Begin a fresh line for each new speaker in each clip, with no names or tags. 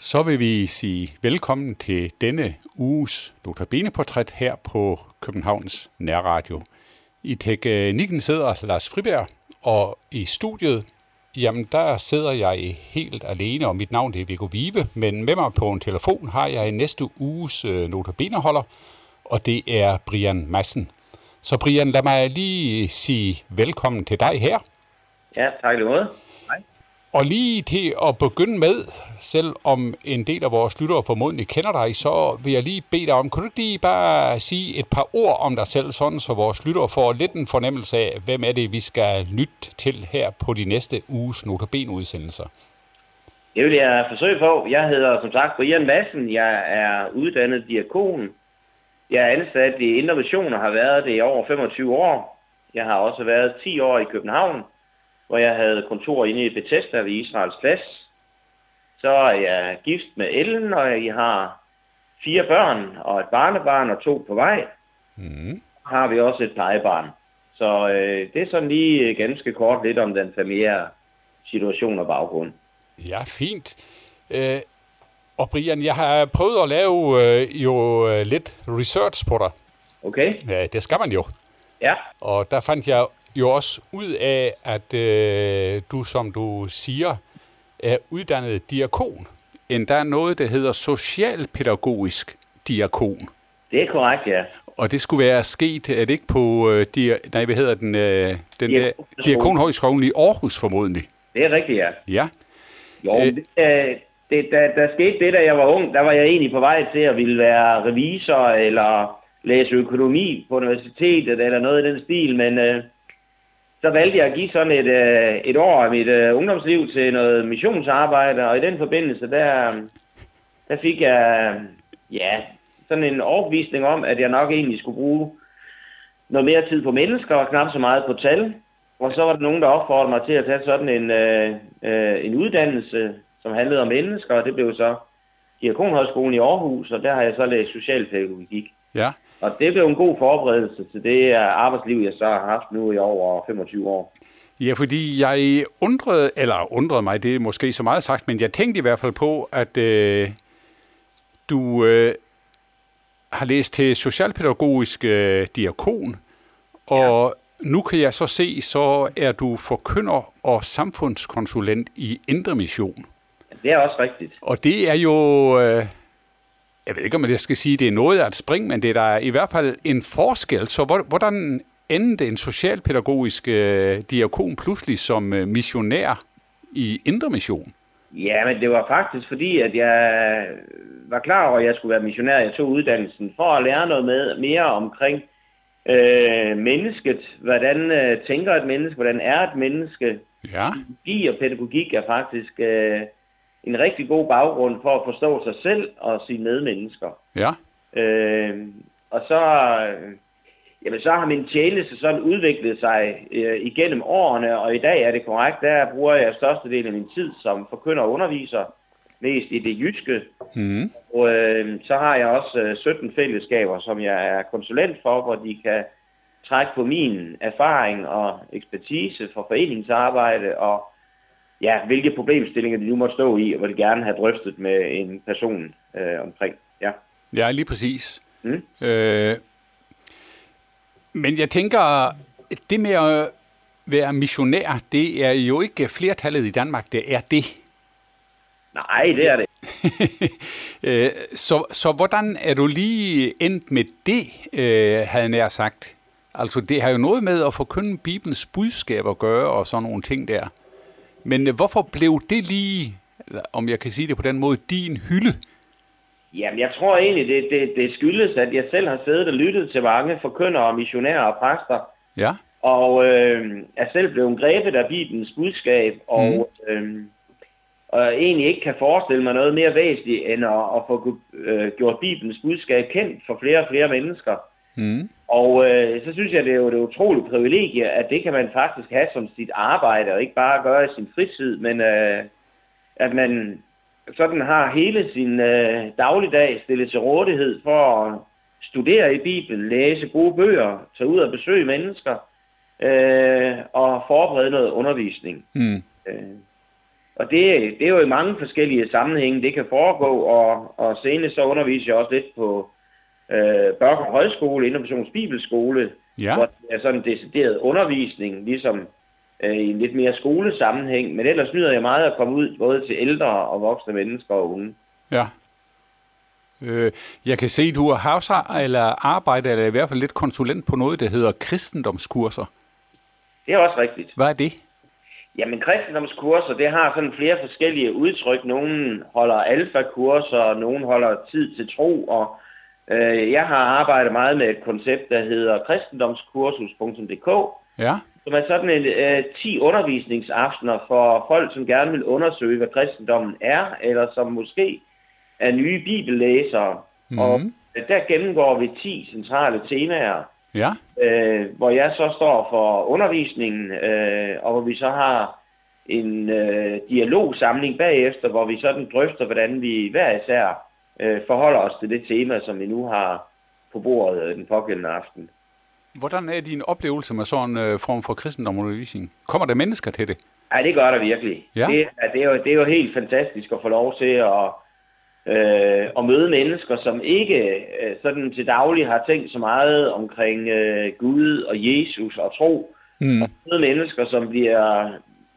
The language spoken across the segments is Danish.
Så vil vi sige velkommen til denne uges Notabene-portræt her på Københavns Nærradio. I teknikken sidder Lars Friberg, og i studiet, jamen der sidder jeg helt alene, og mit navn er Viggo Vive, men med mig på en telefon har jeg næste uges Notabene-holder, og det er Brian Madsen. Så Brian, lad mig lige sige velkommen til dig her.
Ja, tak i lige måde. Hej.
Og lige til at begynde med, selvom en del af vores lyttere formodentlig kender dig, så vil jeg lige bede dig om, kan du ikke lige bare sige et par ord om dig selv, sådan så vores lyttere får lidt en fornemmelse af, hvem er det, vi skal lytte til her på de næste uges Notabene-udsendelser?
Det vil jeg forsøge på. Jeg hedder som sagt Brian Madsen. Jeg er uddannet diakon. Jeg er ansat i Indre Mission og har været det i over 25 år. Jeg har også været 10 år i København, hvor jeg havde kontor inde i Bethesda ved Israels Plads. Så er jeg gift med Ellen, og jeg har 4 børn og et barnebarn og 2 på vej. Har vi også et plejebarn. Så det er sådan lige ganske kort lidt om den familiære situation og baggrund.
Ja, fint. Og Brian, jeg har prøvet at lave lidt research på dig.
Okay.
Ja, det skal man jo.
Ja.
Og der fandt jeg jo også ud af, at du, som du siger, er uddannet diakon. Endda noget, der hedder socialpædagogisk diakon.
Det er korrekt, ja.
Og det skulle være sket, er det ikke på Diakonhøjskolen i Aarhus formodentlig?
Det er rigtigt, ja.
Ja.
Jo, der skete det, da jeg var ung. Der var jeg egentlig på vej til at ville være revisor eller læse økonomi på universitetet eller noget i den stil, men så valgte jeg at give sådan et år af mit ungdomsliv til noget missionsarbejde, og i den forbindelse, der fik jeg sådan en overbevisning om, at jeg nok egentlig skulle bruge noget mere tid på mennesker og knap så meget på tal. Og så var der nogen, der opfordrede mig til at tage sådan en uddannelse, som handlede om mennesker, og det blev så Diakonhøjskolen i Aarhus, og der har jeg så læst socialpædagogik.
Ja.
Og det blev en god forberedelse til det arbejdsliv, jeg så har haft nu i over 25 år.
Ja, fordi jeg undrede mig, det er måske så meget sagt, men jeg tænkte i hvert fald på, at du har læst til socialpædagogisk diakon, og nu kan jeg så se, så er du forkynder og samfundskonsulent i Indre Mission.
Det er også rigtigt.
Og det er jo, jeg ved ikke om jeg skal sige, det er noget af et spring, men det er der i hvert fald en forskel. Så hvordan endte en socialpædagogisk diakon pludselig som missionær i Indre Mission? Ja,
men det var faktisk fordi, at jeg var klar over, at jeg skulle være missionær. Jeg tog uddannelsen for at lære noget mere omkring mennesket. Hvordan tænker et menneske? Hvordan er et menneske?
Ja.
Psykologi og pædagogik er faktisk en rigtig god baggrund for at forstå sig selv og sine medmennesker.
Ja.
Og så har min tjeneste sådan udviklet sig igennem årene, og i dag er det korrekt, der bruger jeg størstedelen af min tid som forkynder og underviser, mest i det jyske. Og så har jeg også 17 fællesskaber, som jeg er konsulent for, hvor de kan trække på min erfaring og ekspertise for foreningsarbejde, og hvilke problemstillinger de nu må stå i, og hvor de gerne have drøftet med en person omkring. Ja.
Ja, lige præcis. Men jeg tænker, det med at være missionær, det er jo ikke flertallet i Danmark, det er det.
Nej, det er det.
Så hvordan er du lige endt med det, havde jeg nær sagt? Altså, det har jo noget med at forkynde Bibelens budskab at gøre, og sådan nogle ting der. Men hvorfor blev det lige, om jeg kan sige det på den måde, din hylde?
Jamen, jeg tror egentlig, det skyldes, at jeg selv har siddet og lyttet til mange forkyndere og missionærer og præster.
Ja.
Og er selv blevet grebet af Bibelens budskab, og egentlig ikke kan forestille mig noget mere væsentligt, end at få gjort Bibelens budskab kendt for flere og flere mennesker. Og så synes jeg, det er jo et utroligt privilegie, at det kan man faktisk have som sit arbejde, og ikke bare gøre i sin fritid, men at man sådan har hele sin dagligdag stillet til rådighed for at studere i Bibelen, læse gode bøger, tage ud og besøge mennesker og forberede noget undervisning. Og det er jo i mange forskellige sammenhænge, det kan foregå, og senest så underviser jeg også lidt på Børkop Højskole, Innovations Bibelskole, hvor det er sådan en decideret undervisning, ligesom i en lidt mere skolesammenhæng, men ellers nyder jeg meget at komme ud, både til ældre og voksne mennesker og unge.
Ja. Jeg kan se, at du har eller arbejdet, eller i hvert fald lidt konsulent på noget, der hedder kristendomskurser.
Det er også rigtigt.
Hvad er det?
Jamen, kristendomskurser, det har sådan flere forskellige udtryk. Nogle holder alfakurser, nogle holder tid til tro, og jeg har arbejdet meget med et koncept, der hedder kristendomskursus.dk, som er sådan 10 undervisningsaftener for folk, som gerne vil undersøge, hvad kristendommen er, eller som måske er nye bibellæsere. Og der gennemgår vi 10 centrale temaer, hvor jeg så står for undervisningen, og hvor vi så har en dialogsamling bagefter, hvor vi sådan drøfter, hvordan vi hver især forholder os til det tema, som vi nu har på bordet den pågældende aften.
Hvordan er din oplevelse med sådan en form for kristendomsundervisning? Kommer der mennesker til det?
Ja, det gør der virkelig. Ja. Det er jo helt fantastisk at få lov til at møde mennesker, som ikke sådan til daglig har tænkt så meget omkring Gud og Jesus og tro. Og møde mennesker, som bliver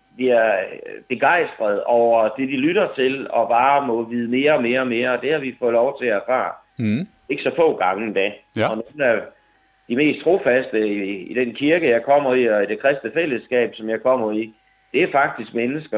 begejstret over det, de lytter til, og bare må vide mere og mere og mere. Det har vi fået lov til at erfare. Ikke så få gange endda. Ja. Og nogle af de mest trofaste i den kirke, jeg kommer i, og i det kristne fællesskab, som jeg kommer i, det er faktisk mennesker,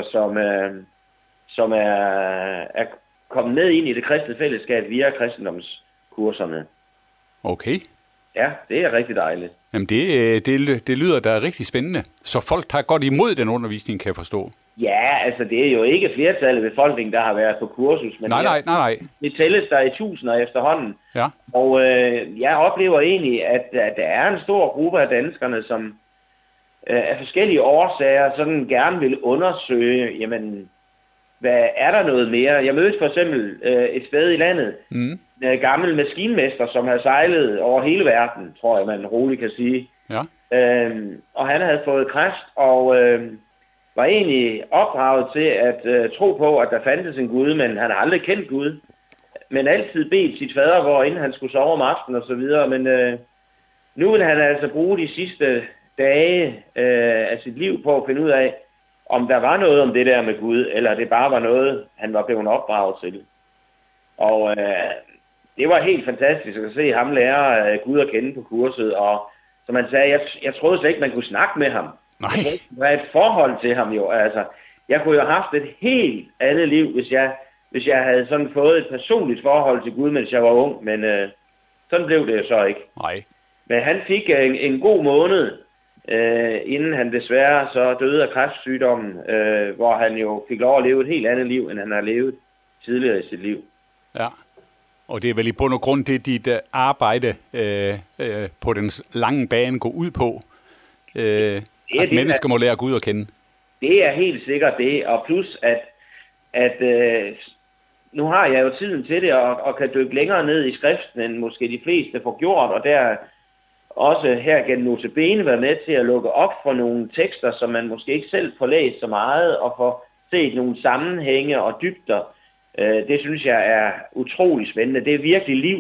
som er kommet med ind i det kristne fællesskab via kristendomskurserne.
Okay.
Ja, det er rigtig dejligt.
Jamen det lyder da rigtig spændende. Så folk tager godt imod den undervisning, kan jeg forstå.
Ja, altså det er jo ikke flertallet af befolkningen, der har været på kursus. Men
Nej.
Det tælles der i tusinder efterhånden.
Ja.
Og jeg oplever egentlig, at der er en stor gruppe af danskerne, som af forskellige årsager sådan gerne vil undersøge, jamen, hvad er der noget mere? Jeg mødte for eksempel et sted i landet, en gammel maskinmester, som har sejlet over hele verden, tror jeg, man roligt kan sige.
Ja.
Og han havde fået kræft, og var egentlig opdraget til at tro på, at der fandtes en Gud, men han har aldrig kendt Gud. Men altid bedt sit fader, hvor inden han skulle sove om aftenen og så videre. Men nu vil han altså bruge de sidste dage af sit liv på at finde ud af, om der var noget om det der med Gud, eller det bare var noget, han var blevet opdraget til. Og det var helt fantastisk at se ham lære Gud at kende på kurset, og som han sagde, jeg troede slet ikke, man kunne snakke med ham.
Nej.
Det var et forhold til ham jo. Altså, jeg kunne jo have haft et helt andet liv, hvis jeg havde sådan fået et personligt forhold til Gud, mens jeg var ung, men sådan blev det jo så ikke.
Nej.
Men han fik en god måned, inden han desværre så døde af kræftsygdommen, hvor han jo fik lov at leve et helt andet liv, end han har levet tidligere i sit liv.
Ja, og det er vel i bund og grund det, dit arbejde på den lange bane går ud på, at mennesker må lære Gud at kende. Det
er helt sikkert det, og plus at nu har jeg jo tiden til det, og kan dykke længere ned i skriften, end måske de fleste får gjort, og der også her gennem Notabene være med til at lukke op for nogle tekster, som man måske ikke selv får læst så meget, og får set nogle sammenhænge og dybder. Det synes jeg er utrolig spændende. Det er virkelig liv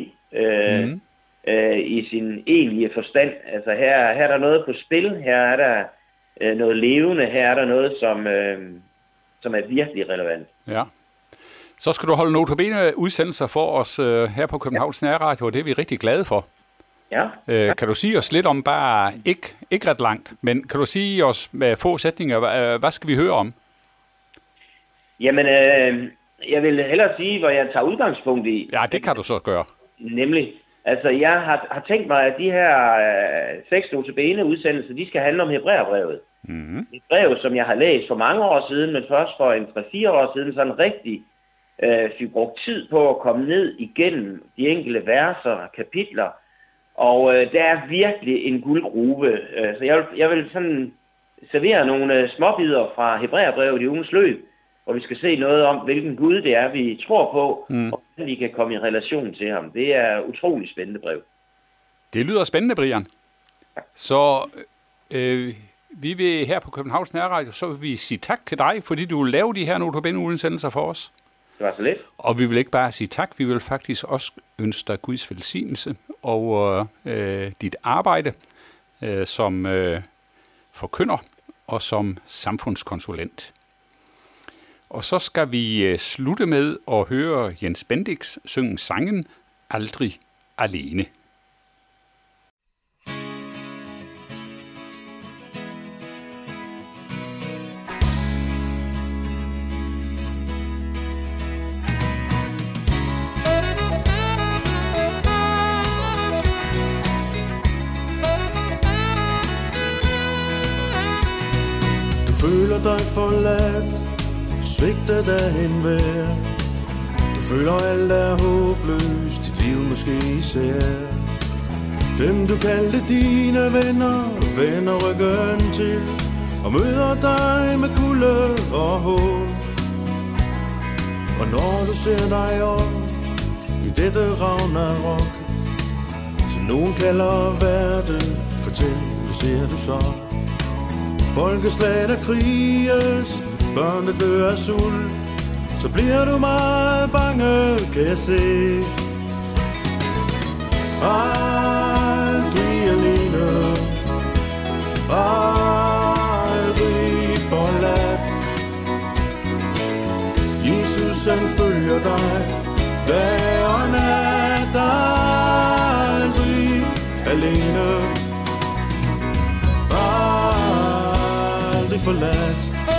i sin egentlige forstand. Altså her er der noget på spil, her er der noget levende, her er der noget, som er virkelig relevant.
Ja. Så skal du holde Notabene udsendelser for os her på Københavns Nærradio, og det er vi rigtig glade for.
Ja.
Kan du sige os lidt om, bare ikke ret langt, men kan du sige os med få sætninger, hvad skal vi høre om?
Jamen, jeg vil hellere sige, hvor jeg tager udgangspunkt i.
Ja, det kan du så gøre.
Nemlig, altså jeg har tænkt mig, at de her 6 Notabene udsendelser, de skal handle om Hebræerbrevet. Mm-hmm. Et brev, som jeg har læst for mange år siden, men først for 3-4 år siden, sådan rigtig fik brugt tid på at komme ned igennem de enkelte verser og kapitler. Og der er virkelig en guldgrube. Så jeg vil sådan servere nogle småbidder fra Hebræerbrevet i ugens løb, hvor vi skal se noget om, hvilken Gud det er, vi tror på, og hvordan vi kan komme i relation til ham. Det er et utroligt spændende brev.
Det lyder spændende, Brian. Så Vi vil her på Københavns Nærradio, så vil vi sige tak til dig, fordi du vil lave de her Notabene-udsendelser for os.
Det var så lidt.
Og vi vil ikke bare sige tak, vi vil faktisk også ønske dig Guds velsignelse over dit arbejde som forkynder og som samfundskonsulent. Og så skal vi slutte med at høre Jens Bendix synge sangen Aldrig alene.
Føler dig forladt, svigtet af enhver. Du føler alt er håbløst, dit liv måske især. Dem du kaldte dine venner, vender ryggen til og møder dig med kulde og håb. Og når du ser dig om i dette ragnarok, som nogen kalder verden, fortæl, hvad ser du så? Folkeslag der kriges, børnene dør af sult, så bliver du meget bange, kan jeg se. Aldrig alene, aldrig forladt. Jesus han følger dig, dag og nat, aldrig alene. Forladt.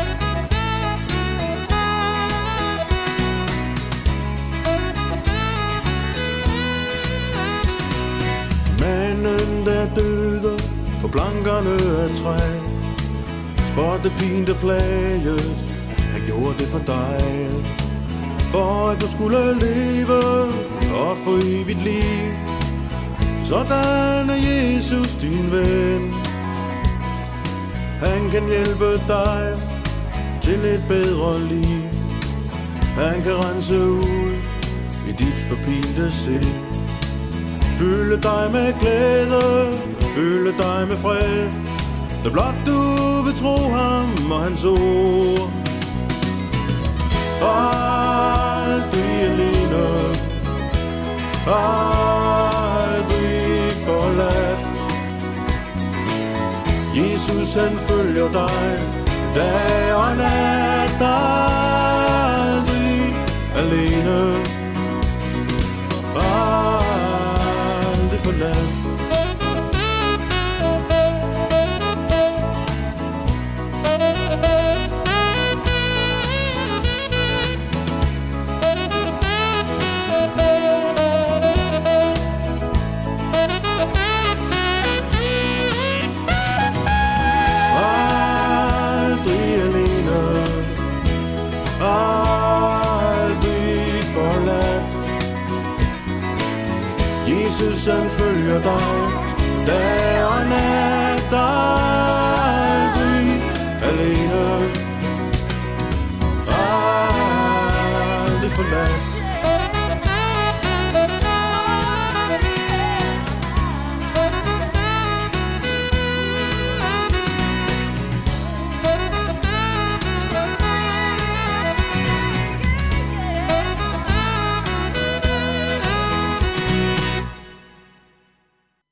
Manden der døde på plankerne af træ, spotte, pinte, plaget, han gjorde det for dig, for at du skulle leve og få evigt liv. Sådan er Jesus din ven. Han kan hjælpe dig til et bedre liv. Han kan rense ud i dit forpinte sind. Fylde dig med glæde, fylde dig med fred, når blot du vil tro ham og hans ord. Aldrig alene, aldrig forladt. Jesus han følger dig, dag og nat, aldrig alene, aldrig forladt. Jesus han følger dig, dag og nat.